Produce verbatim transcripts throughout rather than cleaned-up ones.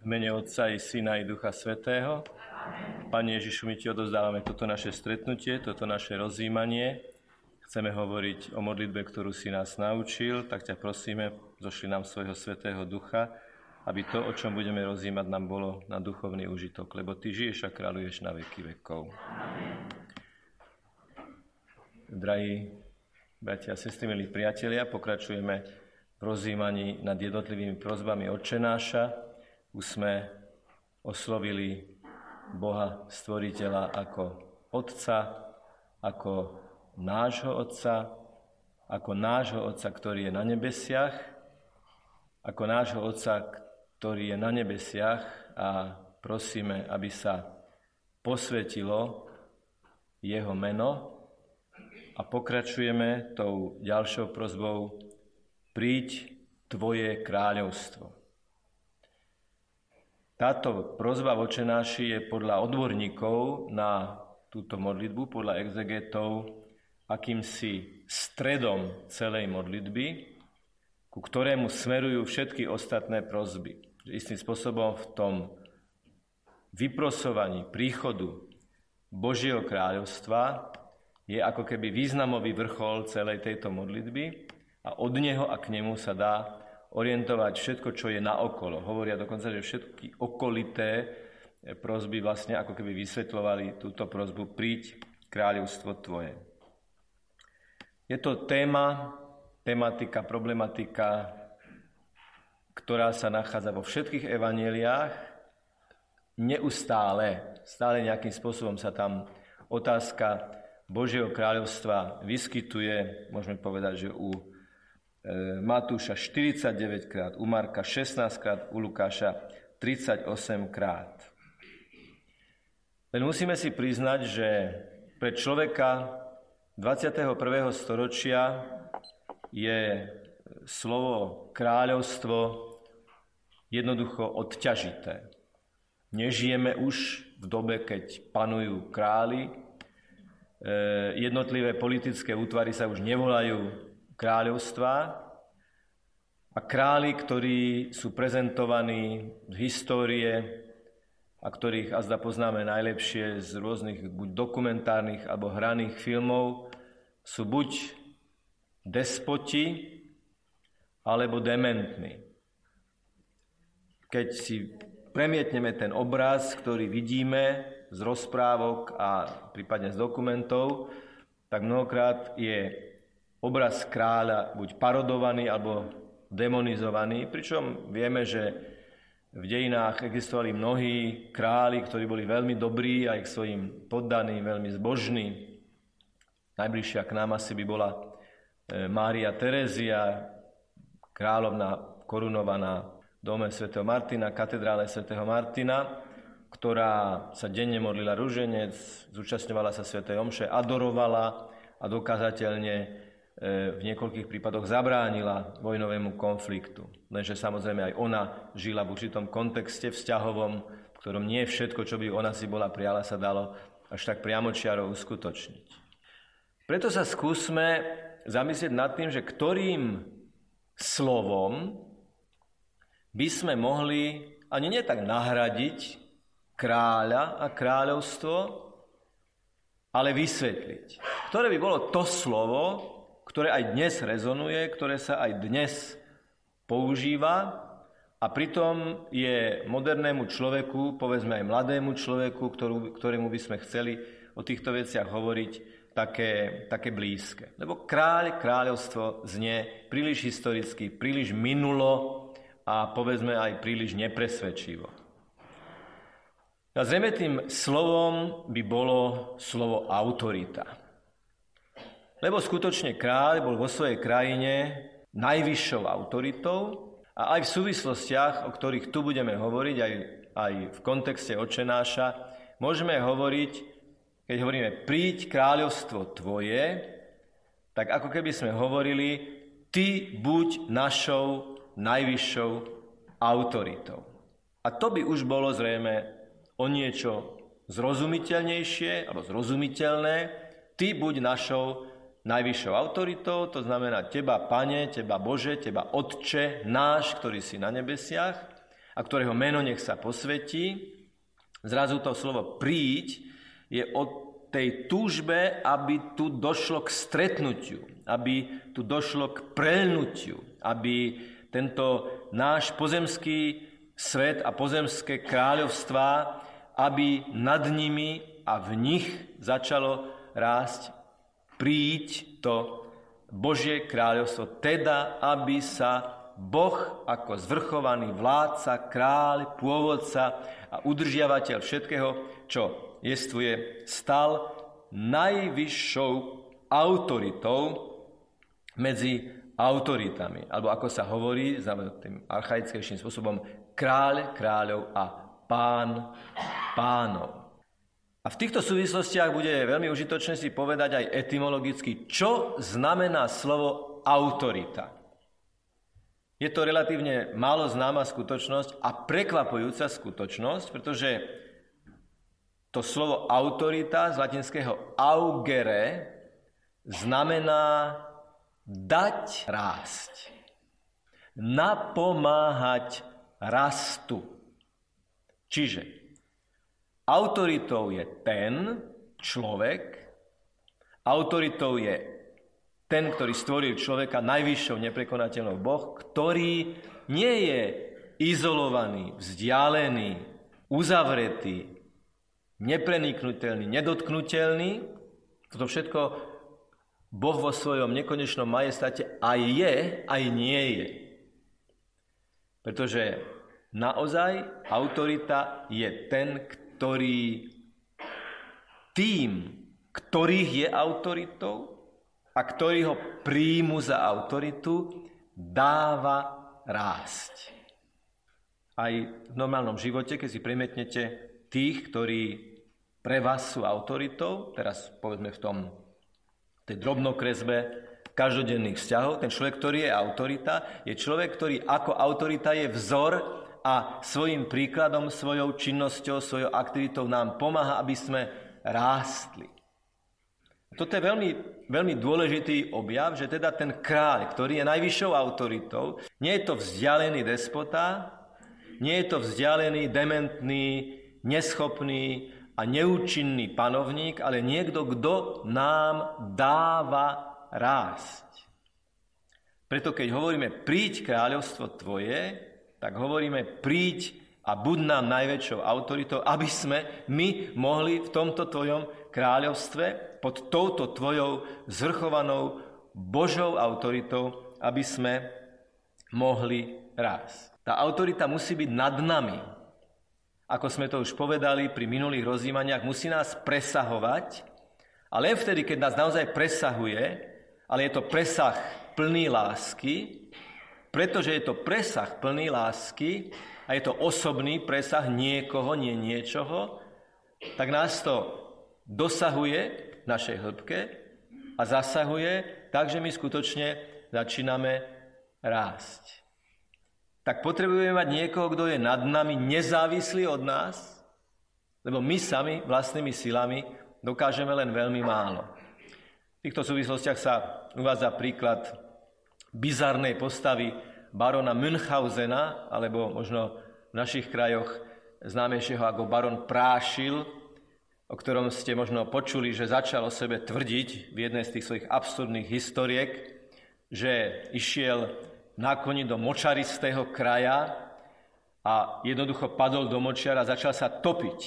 mene Otca i Syna i Ducha Svätého. Pane Ježišu, my Ti odozdávame toto naše stretnutie, toto naše rozjímanie. Chceme hovoriť o modlitbe, ktorú si nás naučil, tak ťa prosíme, zošli nám svojho Svätého Ducha, aby to, o čom budeme rozjímať, nám bolo na duchovný užitok, lebo Ty žiješ a kráľuješ na veky vekov. Drahí bratia a sestry, milí priatelia, pokračujeme v rozjímaní nad jednotlivými prosbami Otčenáša. Už sme oslovili Boha Stvoriteľa ako Otca, ako nášho Otca, ako nášho Otca, ktorý je na nebesiach, ako nášho Otca, ktorý je na nebesiach, a prosíme, aby sa posvetilo jeho meno, a pokračujeme tou ďalšou prosbou: príď Tvoje kráľovstvo. Táto prosba v Otčenáši je podľa odborníkov na túto modlitbu, podľa exegetov, akýmsi stredom celej modlitby, ku ktorému smerujú všetky ostatné prosby. Istým spôsobom v tom vyprosovaní príchodu Božieho kráľovstva je ako keby významový vrchol celej tejto modlitby a od neho a k nemu sa dá orientovať všetko, čo je naokolo. Hovoria dokonca, že všetky okolité prosby vlastne ako keby vysvetľovali túto prosbu: príď kráľovstvo Tvoje. Je to téma, tematika, problematika, ktorá sa nachádza vo všetkých evanjeliách. Neustále, stále nejakým spôsobom sa tam otázka Božieho kráľovstva vyskytuje. Môžeme povedať, že u Matúša štyridsaťdeväť krát, u Marka šestnásť krát, u Lukáša tridsaťosem krát. Len musíme si priznať, že pre človeka dvadsiateho prvého storočia je slovo kráľovstvo jednoducho odťažité. Nežijeme už v dobe, keď panujú králi. Jednotlivé politické útvary sa už nevolajú kráľovstva, a králi, ktorí sú prezentovaní z histórie a ktorých azda poznáme najlepšie z rôznych buď dokumentárnych alebo hraných filmov, sú buď despoti alebo dementní. Keď si premietneme ten obraz, ktorý vidíme z rozprávok a prípadne z dokumentov, tak mnohokrát je obraz kráľa buď parodovaný alebo demonizovaný, pričom vieme, že v dejinách existovali mnohí králi, ktorí boli veľmi dobrí aj k svojim poddaným, veľmi zbožní. Najbližšia k nám asi by bola Mária Terézia, kráľovna korunovaná v dome svätého Martina, katedrále svätého Martina, ktorá sa denne modlila ruženec, zúčastňovala sa svätej omše, adorovala a dokázateľne v niekoľkých prípadoch zabránila vojnovému konfliktu. Lenže samozrejme aj ona žila v určitom kontexte vzťahovom, v ktorom nie všetko, čo by ona si bola prijala, sa dalo až tak priamočiaro uskutočniť. Preto sa skúsme zamyslieť nad tým, že ktorým slovom by sme mohli ani nie tak nahradiť kráľa a kráľovstvo, ale vysvetliť. Ktoré by bolo to slovo, ktoré aj dnes rezonuje, ktoré sa aj dnes používa a pritom je modernému človeku, povedzme aj mladému človeku, ktorú, ktorému by sme chceli o týchto veciach hovoriť, také, také blízke. Lebo kráľ, kráľovstvo znie príliš historicky, príliš minulo a povedzme aj príliš nepresvedčivo. A zrejme tým slovom by bolo slovo autorita. Lebo skutočne kráľ bol vo svojej krajine najvyššou autoritou a aj v súvislostiach, o ktorých tu budeme hovoriť, aj, aj v kontexte Otčenáša, môžeme hovoriť, keď hovoríme príď kráľovstvo Tvoje, tak ako keby sme hovorili: Ty buď našou najvyššou autoritou. A to by už bolo zrejme o niečo zrozumiteľnejšie alebo zrozumiteľné. Ty buď našou najvyššou autoritou, to znamená Teba, Pane, Teba, Bože, Teba, Otče náš, ktorý si na nebesiach. a ktorého meno nech sa posvetí. Zrazu to slovo príď je o tej túžbe, aby tu došlo k stretnutiu, aby tu došlo k preľnutiu, aby tento náš pozemský svet a pozemské kráľovstvá, aby nad nimi a v nich začalo rásť príď to Božie kráľovstvo, teda aby sa Boh ako zvrchovaný vládca, kráľ, pôvodca a udržiavateľ všetkého, čo jestvuje, stal najvyššou autoritou medzi autoritami. Alebo ako sa hovorí tým archaickejším spôsobom, kráľ kráľov a pán pánov. A v týchto súvislostiach bude veľmi užitočné si povedať aj etymologicky, čo znamená slovo autorita. Je to relatívne málo známa skutočnosť a prekvapujúca skutočnosť, pretože to slovo autorita z latinského augere znamená dať rásť, napomáhať rastu. Čiže autoritou je ten človek, autoritou je ten, ktorý stvoril človeka, najvyššou neprekonateľnou Boh, ktorý nie je izolovaný, vzdialený, uzavretý, nepreniknutelný, nedotknutelný. Toto všetko Boh vo svojom nekonečnom majestáte aj je, aj nie je. Pretože naozaj autorita je ten, ktorý tým, ktorých je autoritou, a ktorý ho príjmu za autoritu, dáva rásť. Aj v normálnom živote, keď si premietnete tých, ktorí pre vás sú autoritou, teraz povedzme v tom tej drobnokresbe každodenných vzťahov, ten človek, ktorý je autorita, je človek, ktorý ako autorita je vzor a svojim príkladom, svojou činnosťou, svojou aktivitou nám pomáha, aby sme rástli. Toto je veľmi, veľmi dôležitý objav, že teda ten kráľ, ktorý je najvyššou autoritou, nie je to vzdialený despota, nie je to vzdialený, dementný, neschopný a neúčinný panovník, ale niekto, kto nám dáva rásť. Preto keď hovoríme príď kráľovstvo tvoje, tak hovoríme príď a buď nám najväčšou autoritou, aby sme my mohli v tomto tvojom kráľovstve pod touto tvojou zvrchovanou Božou autoritou, aby sme mohli rásť. Tá autorita musí byť nad nami. Ako sme to už povedali pri minulých rozjímaniach, musí nás presahovať, ale len vtedy, keď nás naozaj presahuje, ale je to presah plný lásky, pretože je to presah plný lásky a je to osobný presah niekoho, nie niečoho, tak nás to dosahuje v našej hĺbke a zasahuje tak, že my skutočne začíname rásť. Tak potrebujeme mať niekoho, kto je nad nami, nezávislý od nás, lebo my sami vlastnými silami dokážeme len veľmi málo. V týchto súvislostiach sa uvádza príklad bizarnej postavy barona Münchhausena, alebo možno v našich krajoch známejšieho ako baron Prášil, o ktorom ste možno počuli, že začal o sebe tvrdiť v jednej z tých svojich absurdných historiek, že išiel na koni do močaristého kraja a jednoducho padol do močiara a začal sa topiť.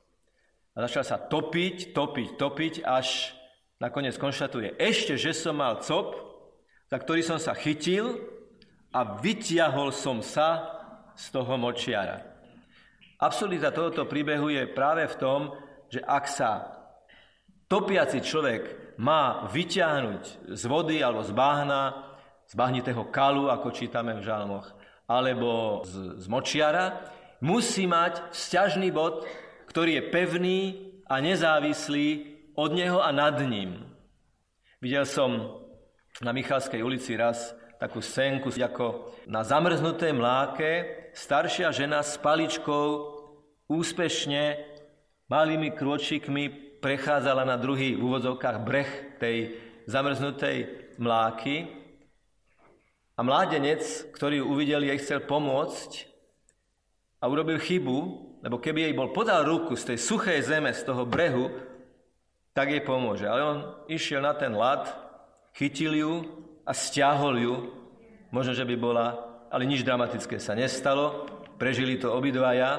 A začal sa topiť, topiť, topiť, až nakoniec konštatuje, ešte, že som mal cop, za ktorý som sa chytil a vytiahol som sa z toho močiara. Absurdita tohoto príbehu je práve v tom, že ak sa topiaci človek má vyťahnuť z vody alebo z bahna, z bahnitého kalu, ako čítame v žalmoch, alebo z, z močiara, musí mať vzťažný bod, ktorý je pevný a nezávislý od neho a nad ním. Videl som na Michalskej ulici raz takú scénku, ako na zamrznuté mláke staršia žena s paličkou úspešne malými krôčikmi prechádzala na druhý v úvodzovkách breh tej zamrznutej mláky a mládenec, ktorý ju uvidel, jej chcel pomôcť, a urobil chybu, lebo keby jej bol podal ruku z tej suchej zeme, z toho brehu, tak jej pomôže. Ale on išiel na ten ľad, chytil ju a stiahol ju. Možno, že by bola, ale nič dramatické sa nestalo. Prežili to obidvaja.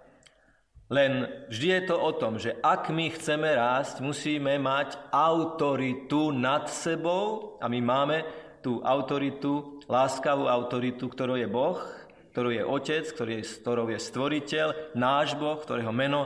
Len vždy je to o tom, že ak my chceme rásť, musíme mať autoritu nad sebou a my máme tú autoritu, láskavú autoritu, ktorou je Boh, ktorou je Otec, ktorý je, ktorou je Stvoriteľ, náš Boh, ktorého meno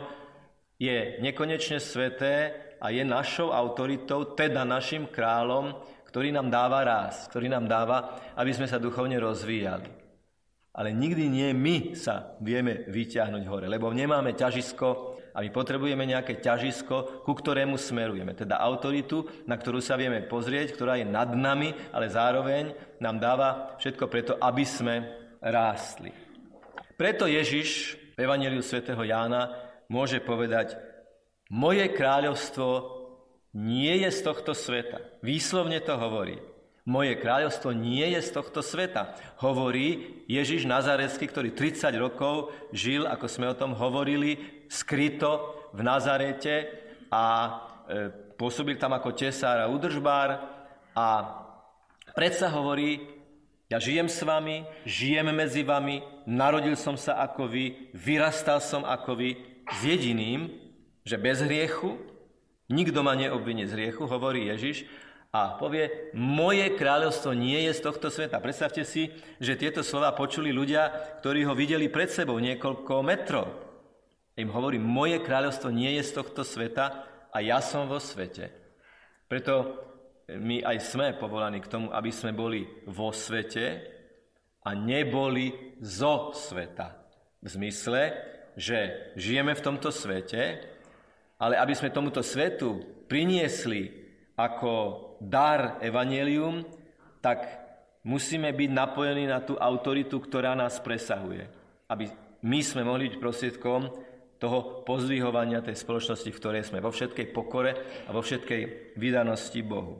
je nekonečne sveté a je našou autoritou, teda našim kráľom, ktorý nám dáva rásť, ktorý nám dáva, aby sme sa duchovne rozvíjali. Ale nikdy nie my sa vieme vyťahnuť hore, lebo nemáme ťažisko a my potrebujeme nejaké ťažisko, ku ktorému smerujeme. Teda autoritu, na ktorú sa vieme pozrieť, ktorá je nad nami, ale zároveň nám dáva všetko preto, aby sme rástli. Preto Ježiš v Evanjeliu svätého Jána môže povedať: moje kráľovstvo nie je z tohto sveta. Výslovne to hovorí. Moje kráľovstvo nie je z tohto sveta. Hovorí Ježiš Nazarecký, ktorý tridsať rokov žil, ako sme o tom hovorili, skryto v Nazarete a e, pôsobil tam ako tesár a údržbár a predsa hovorí: ja žijem s vami, žijem medzi vami, narodil som sa ako vy, vyrastal som ako vy, s jediným, že bez hriechu, nikto ma neobviní z hriechu, hovorí Ježiš, a povie: moje kráľovstvo nie je z tohto sveta. Predstavte si, že tieto slova počuli ľudia, ktorí ho videli pred sebou niekoľko metrov. Im hovorí: moje kráľovstvo nie je z tohto sveta a ja som vo svete. Preto my aj sme povolaní k tomu, aby sme boli vo svete a neboli zo sveta. V zmysle, že žijeme v tomto svete, ale aby sme tomuto svetu priniesli ako dar evanjelium, tak musíme byť napojení na tú autoritu, ktorá nás presahuje. Aby my sme mohli byť prostriedkom toho pozdvihovania tej spoločnosti, v ktorej sme, vo všetkej pokore a vo všetkej vydanosti Bohu.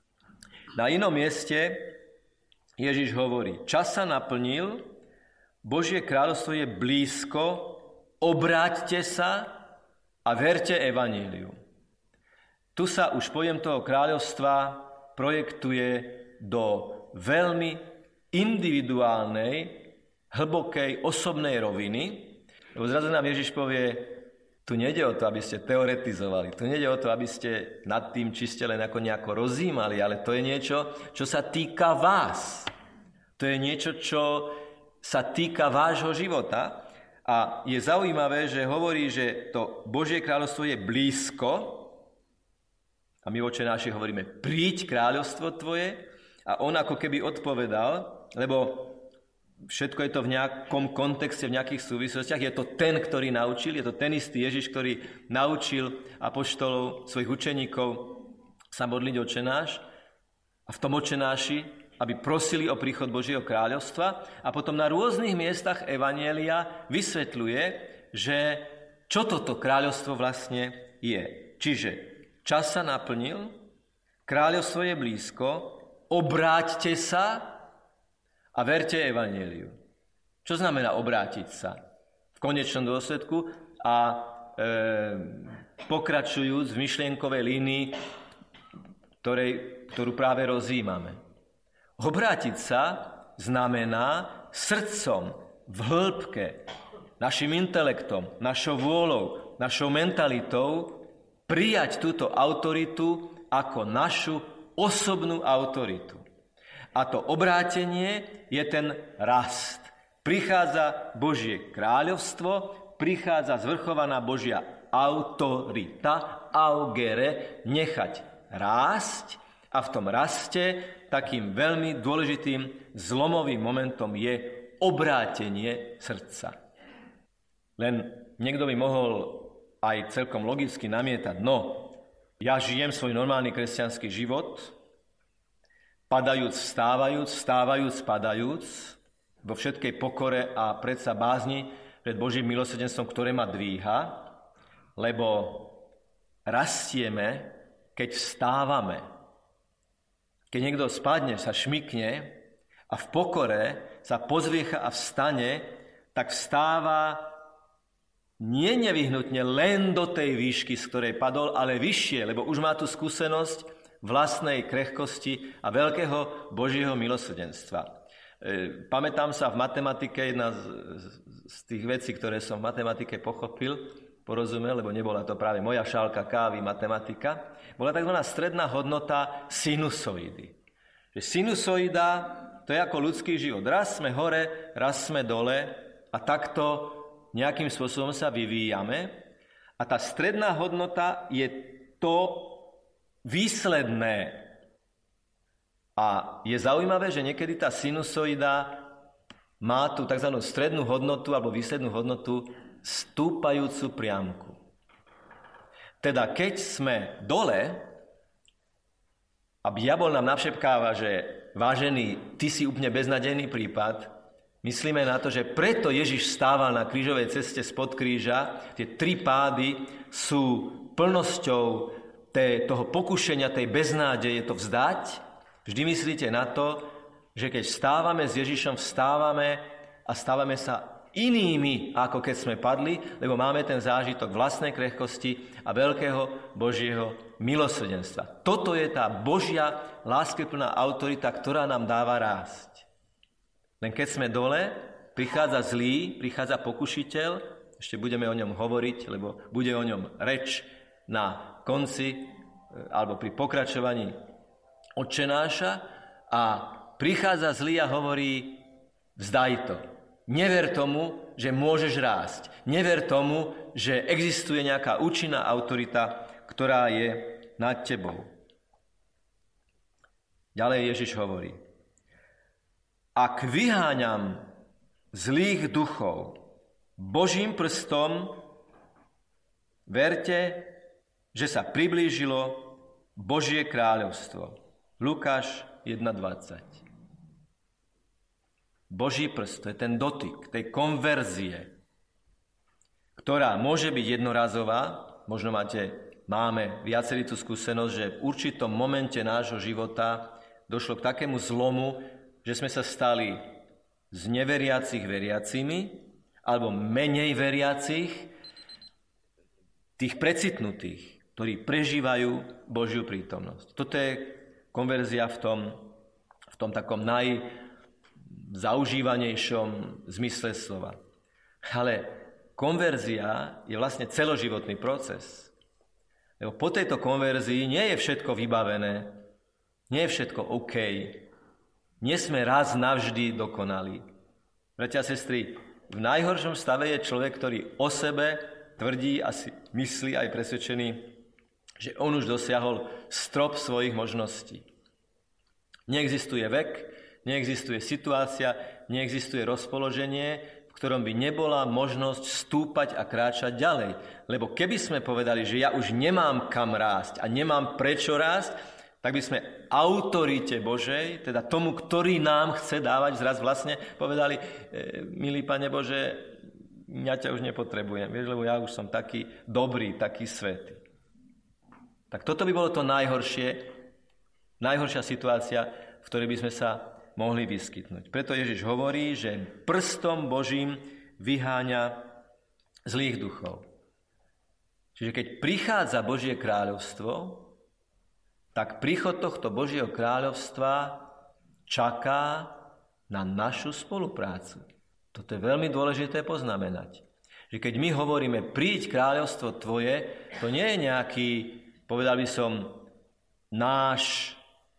Na inom mieste Ježiš hovorí: čas sa naplnil, Božie kráľovstvo je blízko, obráťte sa a verte evanjeliu. Tu sa už pojem toho kráľovstva projektuje do veľmi individuálnej, hlbokej, osobnej roviny. Lebo zrazu nám Ježiš povie: tu nejde o to, aby ste teoretizovali, tu nejde o to, aby ste nad tým, či ste len ako nejako rozímali, ale to je niečo, čo sa týka vás. To je niečo, čo sa týka vášho života. A je zaujímavé, že hovorí, že to Božie kráľovstvo je blízko, a my v Otče hovoríme: príď kráľovstvo tvoje, a on ako keby odpovedal, lebo všetko je to v nejakom kontexte, v nejakých súvislostiach. Je to ten, ktorý naučil, je to ten istý Ježiš, ktorý naučil apoštolov, svojich učeníkov sa modliť Otče náš a v tom Otče náši, aby prosili o príchod Božieho kráľovstva, a potom na rôznych miestach evanjelia vysvetľuje, že čo toto kráľovstvo vlastne je. Čiže čas sa naplnil, kráľovstvo je blízko, obráťte sa a verte evanjeliu. Čo znamená obrátiť sa? V konečnom dôsledku a e, pokračujúc v myšlienkovej línii, ktorej, ktorú práve rozjímame. Obrátiť sa znamená srdcom, v hĺbke, našim intelektom, našou vôľou, našou mentalitou prijať túto autoritu ako našu osobnú autoritu. A to obrátenie je ten rast. Prichádza Božie kráľovstvo, prichádza zvrchovaná Božia autorita, augere, nechať rásť, a v tom raste takým veľmi dôležitým zlomovým momentom je obrátenie srdca. Len niekto by mohol aj celkom logicky namietať: no, ja žijem svoj normálny kresťanský život, padajúc, vstávajúc, vstávajúc, padajúc, vo všetkej pokore a predsa bázni pred Božím milosrdenstvom, ktoré ma dvíha, lebo rastieme, keď vstávame. Keď niekto spadne, sa šmykne a v pokore sa pozviecha a vstane, tak vstáva nie nevyhnutne len do tej výšky, z ktorej padol, ale vyššie, lebo už má tú skúsenosť vlastnej krehkosti a veľkého Božieho milosrdenstva. E, pamätám sa v matematike, jedna z, z tých vecí, ktoré som v matematike pochopil, porozumel, lebo nebola to práve moja šálka kávy, matematika, bola tzv. Stredná hodnota sinusoidy. Že sinusoida, to je ako ľudský život. Raz sme hore, raz sme dole a takto nejakým spôsobom sa vyvíjame. A tá stredná hodnota je to výsledné. A je zaujímavé, že niekedy tá sinusoida má tú tzv. Strednú hodnotu alebo výslednú hodnotu stúpajúcu priamku. Teda keď sme dole a diabol nám navšepkáva, že vážený, ty si úplne beznadejný prípad, myslíme na to, že preto Ježiš stával na krížovej ceste spod kríža. Tie tri pády sú plnosťou té, toho pokušenia, tej beznádeje to vzdať. Vždy myslíte na to, že keď vstávame s Ježišom, vstávame a stávame sa inými, ako keď sme padli, lebo máme ten zážitok vlastnej krehkosti a veľkého Božieho milosrdenstva. Toto je tá Božia láskyplná autorita, ktorá nám dáva rásť. Len keď sme dole, prichádza zlý, prichádza pokušiteľ, ešte budeme o ňom hovoriť, lebo bude o ňom reč na konci alebo pri pokračovaní Otčenáša a prichádza zlý a hovorí, vzdaj to. Never tomu, že môžeš rásť. Never tomu, že existuje nejaká účinná autorita, ktorá je nad tebou. Ďalej Ježiš hovorí, ak vyháňam zlých duchov Božím prstom, verte, že sa priblížilo Božie kráľovstvo. Lukáš jeden dvadsať. Boží prst, to je ten dotyk, tej konverzie, ktorá môže byť jednorazová. Možno máte, máme viacerý tú skúsenosť, že v určitom momente nášho života došlo k takému zlomu, že sme sa stali z neveriacich veriacimi, alebo menej veriacich, tých precitnutých, ktorí prežívajú Božiu prítomnosť. Toto je konverzia v tom, v tom takom najzaužívanejšom zmysle slova. Ale konverzia je vlastne celoživotný proces. Lebo po tejto konverzii nie je všetko vybavené, nie je všetko OK. Nie sme raz navždy dokonalí. Bratia a sestry, v najhoršom stave je človek, ktorý o sebe tvrdí a si myslí aj presvedčený, že on už dosiahol strop svojich možností. Neexistuje vek, neexistuje situácia, neexistuje rozpoloženie, v ktorom by nebola možnosť stúpať a kráčať ďalej. Lebo keby sme povedali, že ja už nemám kam rásť a nemám prečo rásť, tak by sme autorite Božej, teda tomu, ktorý nám chce dávať zraz vlastne, povedali, e, milý Pane Bože, ja ťa už nepotrebujem, vieš, lebo ja už som taký dobrý, taký svätý. Tak toto by bolo to najhoršie, najhoršia situácia, v ktorej by sme sa mohli vyskytnúť. Preto Ježiš hovorí, že prstom Božím vyháňa zlých duchov. Čiže keď prichádza Božie kráľovstvo, tak príchod tohto Božieho kráľovstva čaká na našu spoluprácu. Toto je veľmi dôležité poznamenať. Že keď my hovoríme príď kráľovstvo tvoje, to nie je nejaký, povedal by som, náš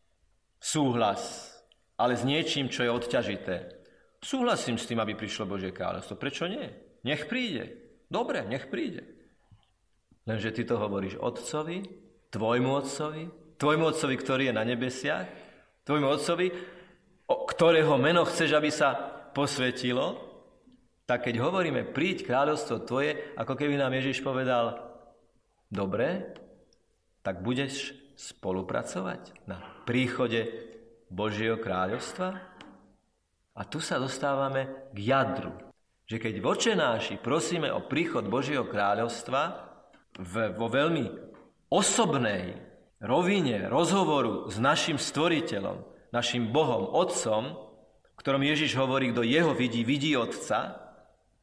súhlas, ale s niečím, čo je odťažité. Súhlasím s tým, aby prišlo Božie kráľovstvo. Prečo nie? Nech príde. Dobre, nech príde. Lenže ty to hovoríš otcovi, tvojmu otcovi, tvojmu otcovi, ktorý je na nebesiach, tvojmu otcovi, o ktorého meno chceš, aby sa posvetilo, tak keď hovoríme príď kráľovstvo tvoje, ako keby nám Ježiš povedal, dobre, tak budeš spolupracovať na príchode Božieho kráľovstva? A tu sa dostávame k jadru. Že keď v Otčenáši prosíme o príchod Božieho kráľovstva v, vo veľmi osobnej rovine rozhovoru s našim stvoriteľom, našim Bohom, Otcom, v ktorom Ježiš hovorí, kto jeho vidí, vidí Otca,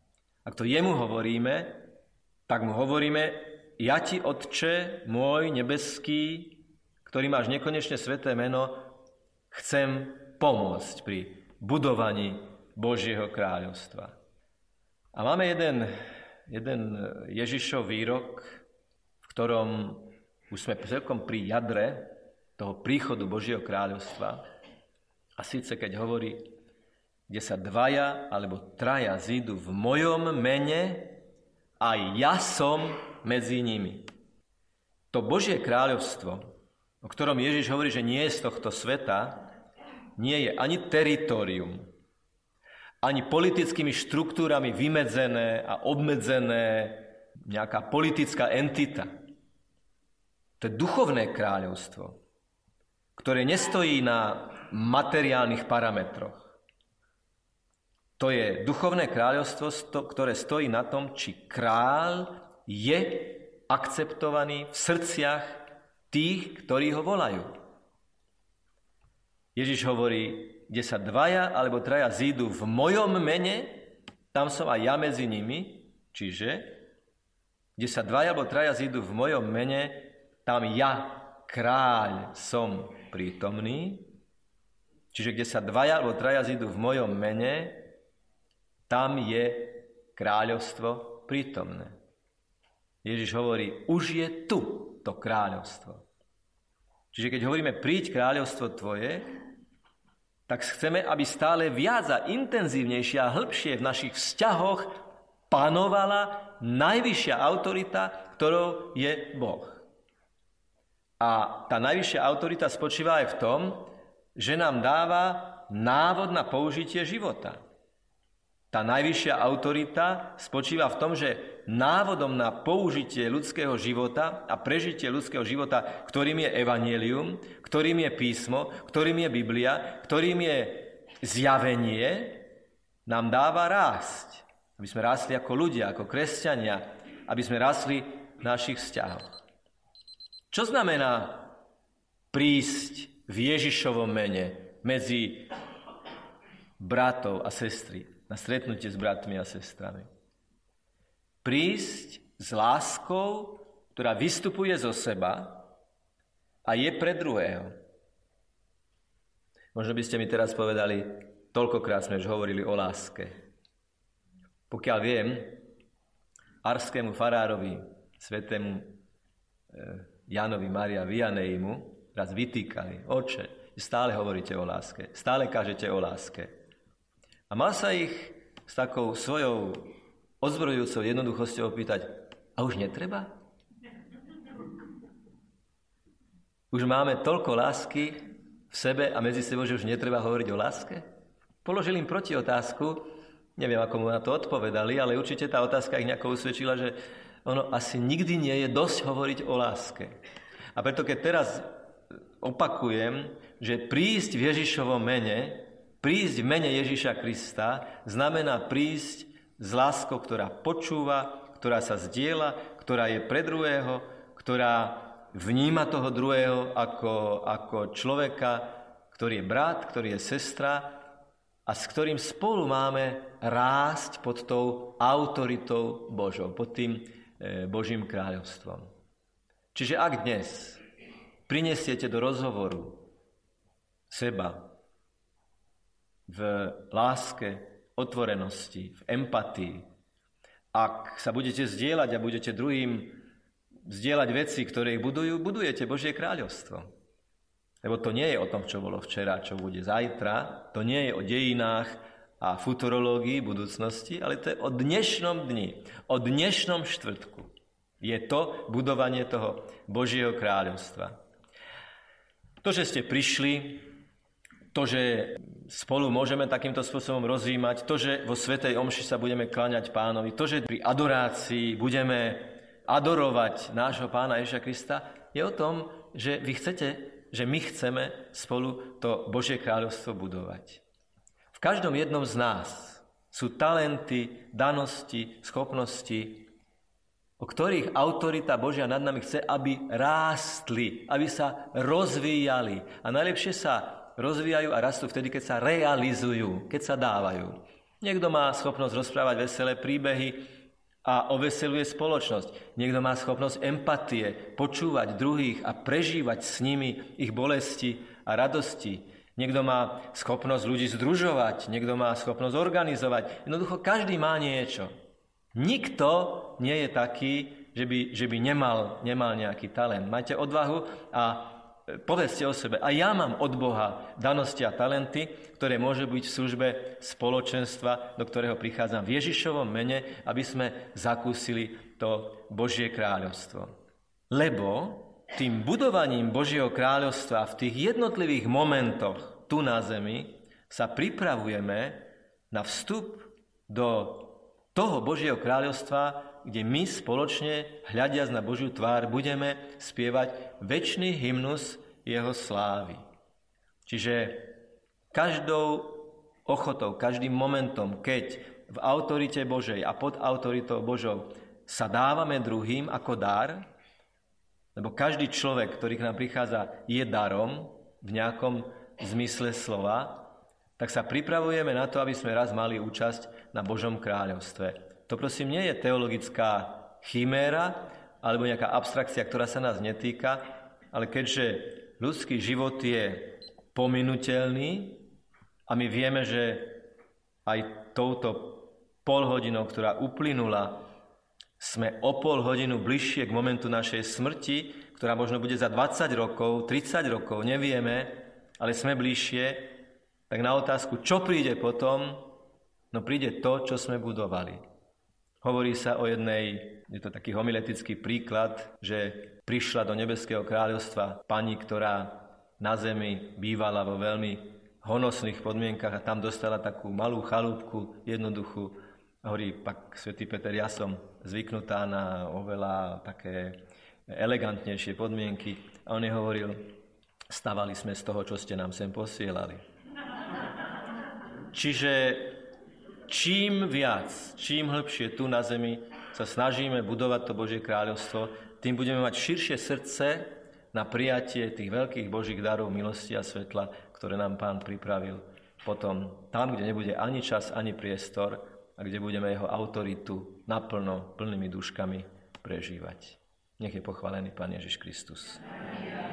Ak to jemu hovoríme, tak mu hovoríme: ja ti, Otče môj nebeský, ktorý máš nekonečne sveté meno, chcem pomôcť pri budovaní Božieho kráľovstva. A máme jeden, jeden Ježišov výrok, v ktorom už sme celkom pri jadre toho príchodu Božieho kráľovstva. A síce keď hovorí: kde sa dvaja alebo traja zídu v mojom mene, aj ja som medzi nimi. To Božie kráľovstvo, o ktorom Ježiš hovorí, že nie je z tohto sveta, nie je ani teritorium, ani politickými štruktúrami vymedzené a obmedzené nejaká politická entita. To je duchovné kráľovstvo, ktoré nestojí na materiálnych parametroch. To je duchovné kráľovstvo, ktoré stojí na tom, či kráľ je akceptovaný v srdciach tých, ktorí ho volajú. Ježiš hovorí: kde sa dvaja alebo traja zídu v mojom mene, tam som aj ja medzi nimi. Čiže, kde sa dvaja alebo traja zídu v mojom mene, tam ja, kráľ, som prítomný. Čiže, kde sa dvaja alebo traja zídu v mojom mene, tam je kráľovstvo prítomné. Ježiš hovorí: už je tu to kráľovstvo. Čiže keď hovoríme: príď kráľovstvo tvoje, tak chceme, aby stále viac a intenzívnejšie a hĺbšie v našich vzťahoch panovala najvyššia autorita, ktorou je Boh. A tá najvyššia autorita spočíva aj v tom, že nám dáva návod na použitie života. Tá najvyššia autorita spočíva v tom, že návodom na použitie ľudského života a prežitie ľudského života, ktorým je evanjelium, ktorým je písmo, ktorým je Biblia, ktorým je zjavenie, nám dáva rásť. Aby sme rástli ako ľudia, ako kresťania, aby sme rástli v našich vzťahoch. Čo znamená prísť v Ježišovom mene medzi bratov a sestry, na stretnutie s bratmi a sestrami? Prísť s láskou, ktorá vystupuje zo seba a je pre druhého. Možno by ste mi teraz povedali: toľkokrát sme už hovorili o láske. Pokiaľ viem, arskému farárovi, svätému Jánovi Mária Vianneymu raz vytýkali: Oče, stále hovoríte o láske, stále kážete o láske. A mal sa ich s takou svojou ozbrojujúcou jednoduchosťou opýtať: a už netreba? Už máme toľko lásky v sebe a medzi sebou, že už netreba hovoriť o láske? Položil im protiotázku, neviem, ako mu na to odpovedali, ale určite tá otázka ich nejako usvedčila, že ono asi nikdy nie je dosť hovoriť o láske. A preto, keď teraz opakujem, že prísť v Ježišovom mene, prísť v mene Ježiša Krista, znamená prísť s láskou, ktorá počúva, ktorá sa zdieľa, ktorá je pre druhého, ktorá vníma toho druhého ako, ako človeka, ktorý je brat, ktorý je sestra a s ktorým spolu máme rásť pod tou autoritou Božou, pod tým e, Božím kráľovstvom. Čiže ak dnes prinesiete do rozhovoru seba v láske, otvorenosti, v empatii, ak sa budete zdieľať a budete druhým zdieľať veci, ktoré ich budujú, budujete Božie kráľovstvo. Lebo to nie je o tom, čo bolo včera, čo bude zajtra, to nie je o dejinách a futurológii budúcnosti, ale to je o dnešnom dni, o dnešnom štvrtku. Je to budovanie toho Božieho kráľovstva. To, že ste prišli, to, že spolu môžeme takýmto spôsobom rozjímať, to, že vo svätej omši sa budeme kláňať Pánovi, to, že pri adorácii budeme adorovať nášho Pána Ježiša Krista, je o tom, že vy chcete, že my chceme spolu to Božie kráľovstvo budovať. V každom jednom z nás sú talenty, danosti, schopnosti, o ktorých autorita Božia nad nami chce, aby rástli, aby sa rozvíjali. A najlepšie sa rozvíjajú a rastú vtedy, keď sa realizujú, keď sa dávajú. Niekto má schopnosť rozprávať veselé príbehy a oveseluje spoločnosť. Niekto má schopnosť empatie, počúvať druhých a prežívať s nimi ich bolesti a radosti. Niekto má schopnosť ľudí združovať, niekto má schopnosť organizovať. Jednoducho každý má niečo. Nikto nie je taký, že by, že by nemal, nemal nejaký talent. Majte odvahu a povedzte o sebe. A ja mám od Boha danosti a talenty, ktoré môžu byť v službe spoločenstva, do ktorého prichádzam v Ježišovom mene, aby sme zakúsili to Božie kráľovstvo. Lebo tým budovaním Božieho kráľovstva v tých jednotlivých momentoch tu na zemi sa pripravujeme na vstup do toho Božieho kráľovstva, kde my spoločne, hľadiac na Božiu tvár, budeme spievať večný hymnus jeho slávy. Čiže každou ochotou, každým momentom, keď v autorite Božej a pod autoritou Božou sa dávame druhým ako dar, lebo každý človek, ktorý k nám prichádza, je darom v nejakom zmysle slova, tak sa pripravujeme na to, aby sme raz mali účasť na Božom kráľovstve. To prosím nie je teologická chiméra alebo nejaká abstrakcia, ktorá sa nás netýka, ale keďže ľudský život je pominuteľný a my vieme, že aj touto polhodinou, ktorá uplynula, sme o pol hodinu bližšie k momentu našej smrti, ktorá možno bude za dvadsať rokov, tridsať rokov, nevieme, ale sme bližšie, tak na otázku, čo príde potom, no príde to, čo sme budovali. Hovorí sa o jednej, je to taký homiletický príklad, že prišla do nebeského kráľovstva pani, ktorá na zemi bývala vo veľmi honosných podmienkach a tam dostala takú malú chalúbku, jednoduchú. A hovorí, pak svätý Peter, ja som zvyknutá na oveľa také elegantnejšie podmienky. A on jej hovoril, stavali sme z toho, čo ste nám sem posielali. Čiže čím viac, čím hlbšie tu na zemi sa snažíme budovať to Božie kráľovstvo, tým budeme mať širšie srdce na prijatie tých veľkých Božích darov milosti a svetla, ktoré nám Pán pripravil. Potom tam, kde nebude ani čas, ani priestor a kde budeme jeho autoritu naplno, plnými duškami prežívať. Nech je pochválený Pán Ježiš Kristus. Amen.